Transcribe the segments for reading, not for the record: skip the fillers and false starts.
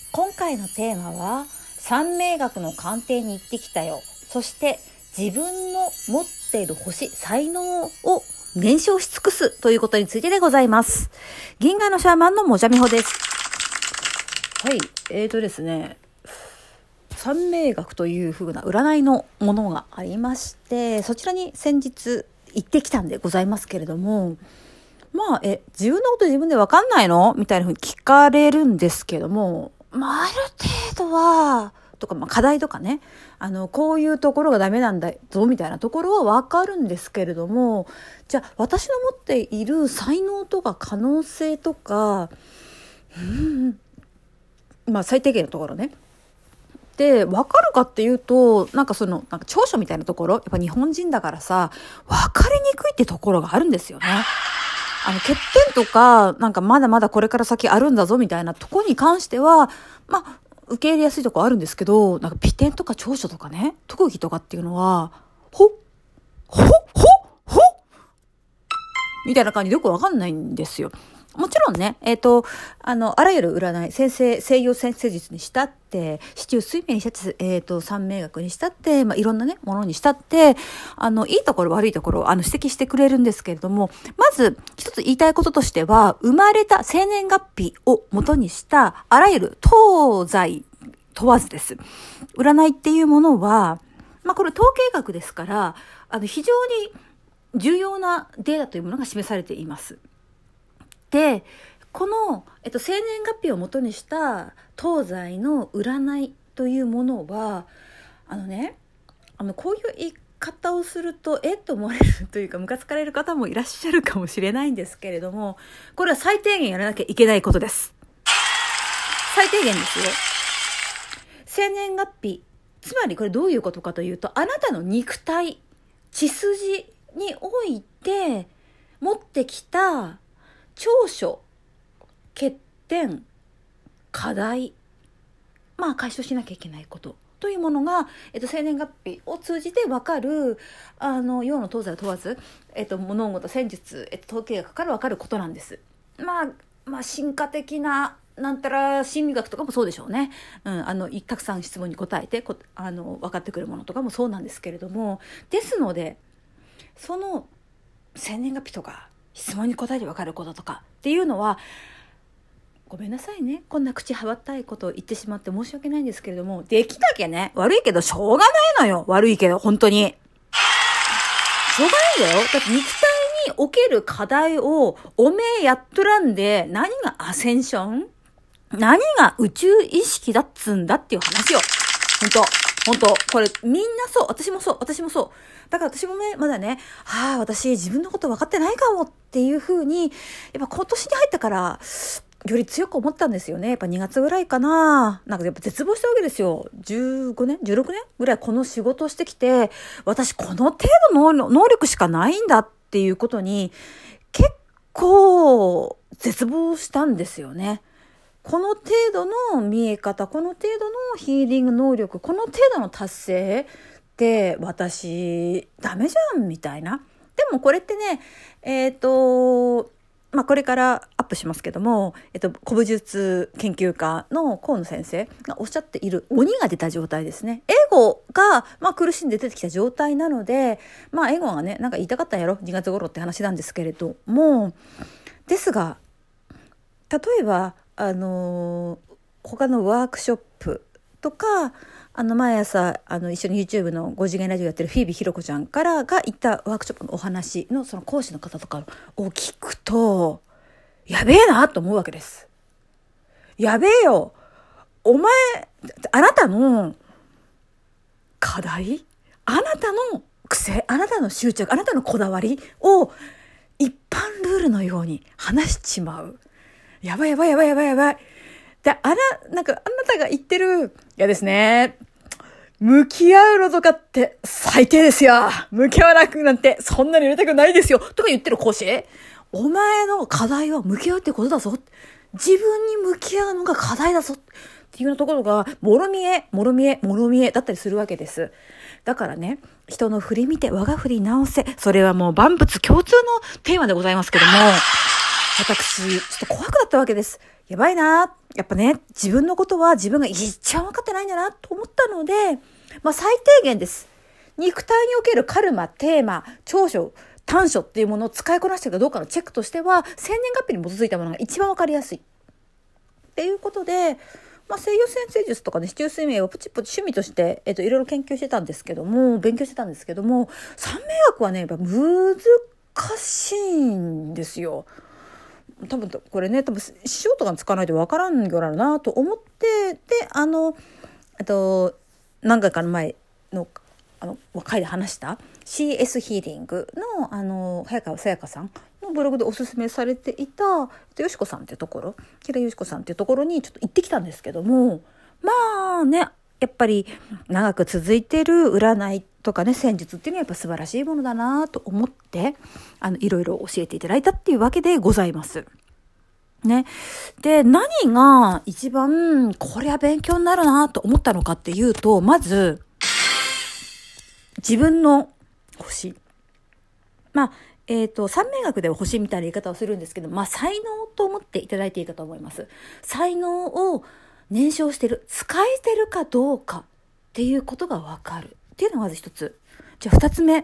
今回のテーマは三名学の鑑定に行ってきたよ。そして自分の持っている才能を燃焼し尽くすということについてでございます。銀河のシャーマンのもじゃみほです。はい、ですね、三名学という風な占いのものがありまして、そちらに先日行ってきたんでございますけれども、自分のこと自分で分かんないのみたいな風に聞かれるんですけども、ある程度はとか、課題とかね、こういうところがダメなんだぞみたいなところは分かるんですけれども、じゃあ私の持っている才能とか可能性とか、最低限のところねで分かるかっていうと、長所みたいなところ、やっぱ日本人だからさ、分かりにくいってところがあるんですよね。欠点とか、まだまだこれから先あるんだぞみたいなところに関しては、受け入れやすいところあるんですけど、美点とか長所とかね、特技とかっていうのは、みたいな感じでよくわかんないんですよ。もちろんね、あらゆる占い、西洋占星術にしたって、四柱推命にしたって、三名学にしたって、いろんなね、ものにしたって、いいところ悪いところを、指摘してくれるんですけれども、まず、一つ言いたいこととしては、生まれた生年月日を元にした、あらゆる東西問わずです。占いっていうものは、これ統計学ですから、非常に重要なデータというものが示されています。で、この、生年月日を元にした東西の占いというものは、こういう言い方をすると、と思われるというか、ムカつかれる方もいらっしゃるかもしれないんですけれども、これは最低限やらなきゃいけないことです。最低限ですよ。生年月日、つまりこれどういうことかというと、あなたの肉体、血筋において持ってきた長所、欠点、課題、解消しなきゃいけないことというものが、生年月日を通じて分かる、洋の東西を問わず、物事、戦術、統計学から分かることなんです。進化的ななんたら心理学とかもそうでしょうね。たくさん質問に答えて分かってくるものとかもそうなんですけれども、ですので、その生年月日とか質問に答えて分かることとかっていうのは、ごめんなさいね、こんな口はばったいことを言ってしまって申し訳ないんですけれども、できなきゃね、悪いけどしょうがないのよ。悪いけど本当にしょうがないんだよ。だって肉体における課題をおめえやっとらんで、何がアセンション、何が宇宙意識だっつんだっていう話よ。本当これみんなそう、私もそう。だから私もね、まだね、私自分のこと分かってないかもっていう風に、やっぱ今年に入ったからより強く思ったんですよね。やっぱ2月ぐらいかな。やっぱ絶望したわけですよ。15年 ?16 年ぐらいこの仕事をしてきて、私この程度の能力しかないんだっていうことに結構絶望したんですよね。この程度の見え方、この程度のヒーリング能力、この程度の達成って私ダメじゃんみたいな。でもこれってね、これからアップしますけども、古武術研究家の河野先生がおっしゃっている鬼が出た状態ですね。エゴが、苦しんで出てきた状態なので、エゴがね、言いたかったんやろ、2月頃って話なんですけれども、ですが、例えば、他のワークショップとか、毎朝一緒に YouTube の5次元ラジオやってるフィービーひろこちゃんからが言ったワークショップのお話のその講師の方とかを聞くと、やべえなと思うわけです。やべえよ、お前、あなたの課題、あなたの癖、あなたの執着、あなたのこだわりを一般ルールのように話しちまう。やばい。で、あなたが言ってる、いやですね、向き合うのとかって最低ですよ。向き合わなくなんてそんなに入れたくないですよ。とか言ってる講師、お前の課題は向き合うってことだぞ。自分に向き合うのが課題だぞ。っていうようなところが、もろみえだったりするわけです。だからね、人の振り見て我が振り直せ。それはもう万物共通のテーマでございますけども、私、ちょっと怖くなったわけです。 やばいな。やっぱね、自分のことは自分が一番分かってないんだなと思ったので、最低限です。肉体におけるカルマ、テーマ、長所、短所っていうものを使いこなしてるかどうかのチェックとしては、生年月日に基づいたものが一番分かりやすい。っていうことで、西洋占星術とかね、四柱推命をポチポチ趣味として、いろいろ研究してたんですけども、勉強してたんですけども、三名学はね、やっぱ難しいんですよ。多分これね、師匠とかに使わないと分からんよなと思って、で、何回かの前の回で話したCS ヒーリングの早川さやかさんのブログでおすすめされていたよしこさんっていうところ、平よしこさんっていうところにちょっと行ってきたんですけども、やっぱり長く続いてる占いとかね、戦術っていうのはやっぱ素晴らしいものだなと思っていろいろ教えていただいたっていうわけでございますね。で、何が一番これは勉強になるなと思ったのかっていうと、まず自分の星。三名学では星みたいな言い方をするんですけど、才能と思っていただいていいかと思います。才能を燃焼してる、使えてるかどうかっていうことがわかるっていうのがまず一つ。じゃあ二つ目。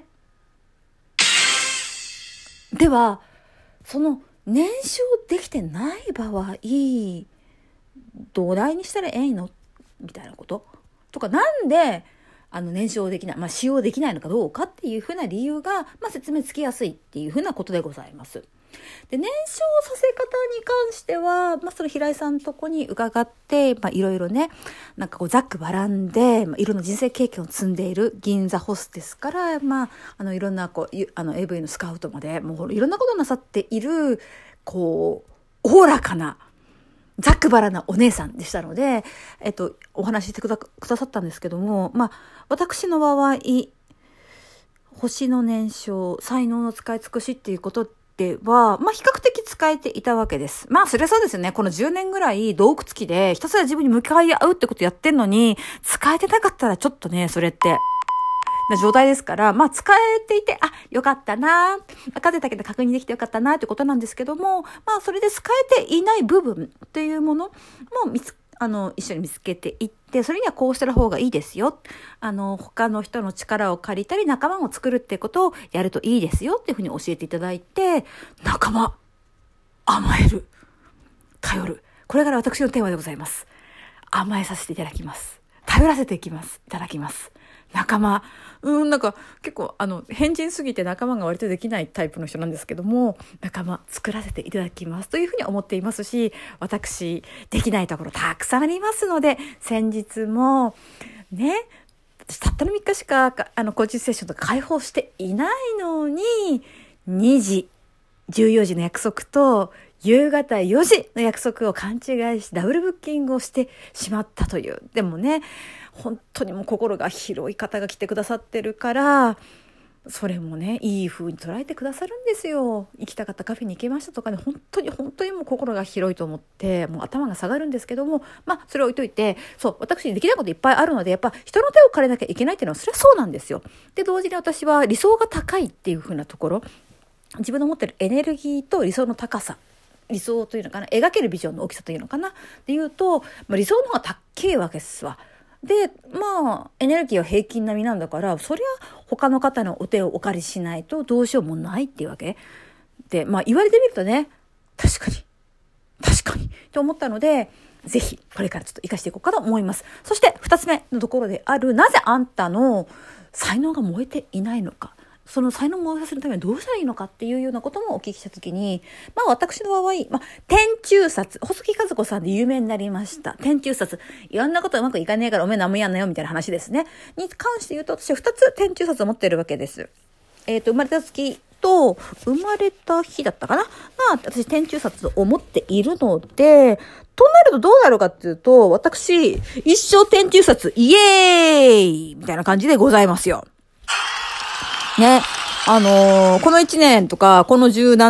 では、その燃焼できてない場合、どないにしたらええのみたいなこととか、なんで燃焼できない、使用できないのかどうかっていうふうな理由が、説明つきやすいっていうふうなことでございます。で、燃焼させ方に関しては、その平井さんのとこに伺って、いろいろね、ざっくばらんで、いろんな人生経験を積んでいる銀座ホステスから、いろんなAV のスカウトまで、もういろんなことをなさっている、おおらかな、ざっくばらなお姉さんでしたので、お話ししてくださったんですけども、私の場合、星の燃焼、才能の使い尽くしっていうことでは、比較的使えていたわけです。それはそうですよね。この10年ぐらい洞窟期でひたすら自分に向かい合うってことやってんのに、使えてなかったらちょっとね、それって、な状態ですから、使えていて、よかったな、分かってたけど確認できてよかったなってことなんですけども、それで使えていない部分っていうものも一緒に見つけていって、それにはこうした方がいいですよ。他の人の力を借りたり仲間を作るってことをやるといいですよっていうふうに教えていただいて、仲間、甘える、頼る。これから私のテーマでございます。甘えさせていただきます。頼らせていただきます。仲間。結構変人すぎて仲間が割とできないタイプの人なんですけども、仲間作らせていただきますというふうに思っていますし、私できないところたくさんありますので、先日もね、私たったの3日しかコーチセッションとか開放していないのに、2時14時の約束と夕方4時の約束を勘違いしダブルブッキングをしてしまったという。でもね、本当にもう心が広い方が来てくださってるから、それもね、いい風に捉えてくださるんですよ。行きたかったカフェに行きましたとかね、本当にもう心が広いと思って、もう頭が下がるんですけども、それを置いといて、私にできないこといっぱいあるので、やっぱ人の手を借りなきゃいけないっていうのは、それはそうなんですよ。で、同時に私は理想が高いっていう風なところ、自分の持ってるエネルギーと理想の高さ、理想というのかな、描けるビジョンの大きさというのかなっていうと、理想の方が高いわけですわ。で、エネルギーは平均並みなんだから、そりゃ他の方のお手をお借りしないとどうしようもないっていうわけで、言われてみるとね、確かにと思ったので、ぜひこれからちょっと活かしていこうかと思います。そして2つ目のところである、なぜあんたの才能が燃えていないのか、その才能を燃えさせるためにどうしたらいいのかっていうようなこともお聞きしたときに、私の場合、天中殺、細木和子さんで有名になりました。天中殺。いろんなことうまくいかねえからおめえ何もやんなよみたいな話ですね。に関して言うと、私は2つ天中殺を持っているわけです。生まれた月と生まれた日だったかな私天中殺を持っているので、となるとどうなるかっていうと、私、一生天中殺、イエーイみたいな感じでございますよ。ね。この1年とか、この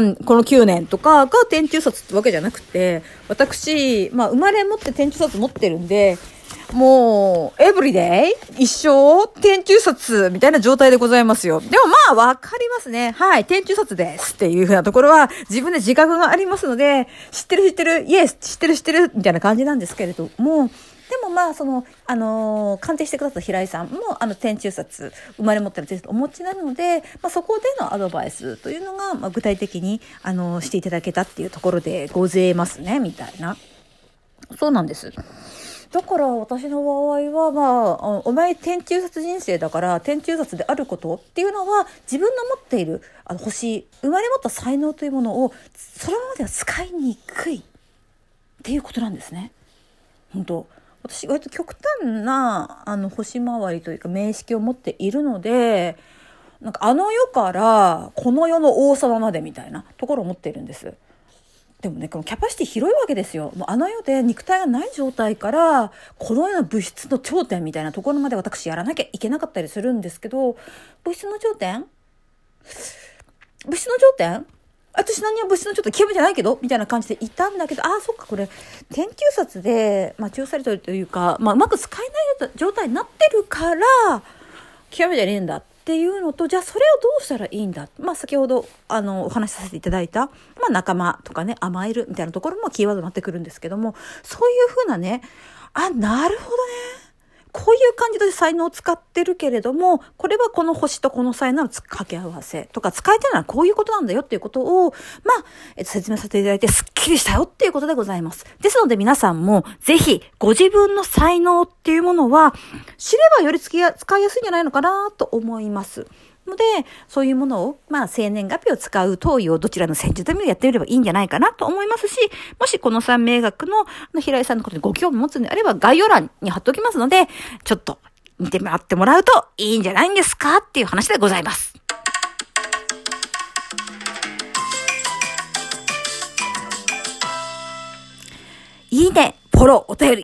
9年とかが天中殺ってわけじゃなくて、私、生まれ持って天中殺持ってるんで、 もう、エブリデイ一生天中殺みたいな状態でございますよ。でもまあわかりますね。はい、天中殺ですっていうふうなところは自分で自覚がありますので、知ってる、イエス、知ってるみたいな感じなんですけれども、でもまあ鑑定してくださった平井さんも天中殺生まれ持ってるテストをお持ちなので、そこでのアドバイスというのが、具体的にしていただけたっていうところでございますねみたいな。そうなんです。だから私の場合はお前天中殺人生だから天中殺であることっていうのは自分の持っている星生まれ持った才能というものをそのままでは使いにくいっていうことなんですね。本当私割と極端な星回りというか名式を持っているので、なんか世からこの世の王様までみたいなところを持っているんです。でもね、このキャパシティ広いわけですよ。もう世で肉体がない状態からこの世の物質の頂点みたいなところまで私やらなきゃいけなかったりするんですけど、物質の頂点私何は物質のちょっと極めてないけどみたいな感じでいたんだけど、そっか、これ天中殺で中されてるというか、うまく使えない状態になってるから極めてねえんだっていうのと、じゃあそれをどうしたらいいんだ、先ほどお話しさせていただいた、仲間とかね、甘えるみたいなところもキーワードになってくるんですけども、そういうふうなね、なるほどね、こういう感じで才能を使ってるけれども、これはこの星とこの才能の掛け合わせとか、使えてるのはこういうことなんだよっていうことを、説明させていただいてスッキリしたよっていうことでございます。ですので皆さんもぜひご自分の才能っていうものは知ればより使いやすいんじゃないのかなと思います。ので、そういうものを、生年月日を使う等をどちらの戦術でもやってみればいいんじゃないかなと思いますし、もしこの三名学の平井さんのことにご興味持つのであれば概要欄に貼っておきますので、ちょっと見てもらってもらうといいんじゃないんですかっていう話でございます。いいね、フォロー、お便り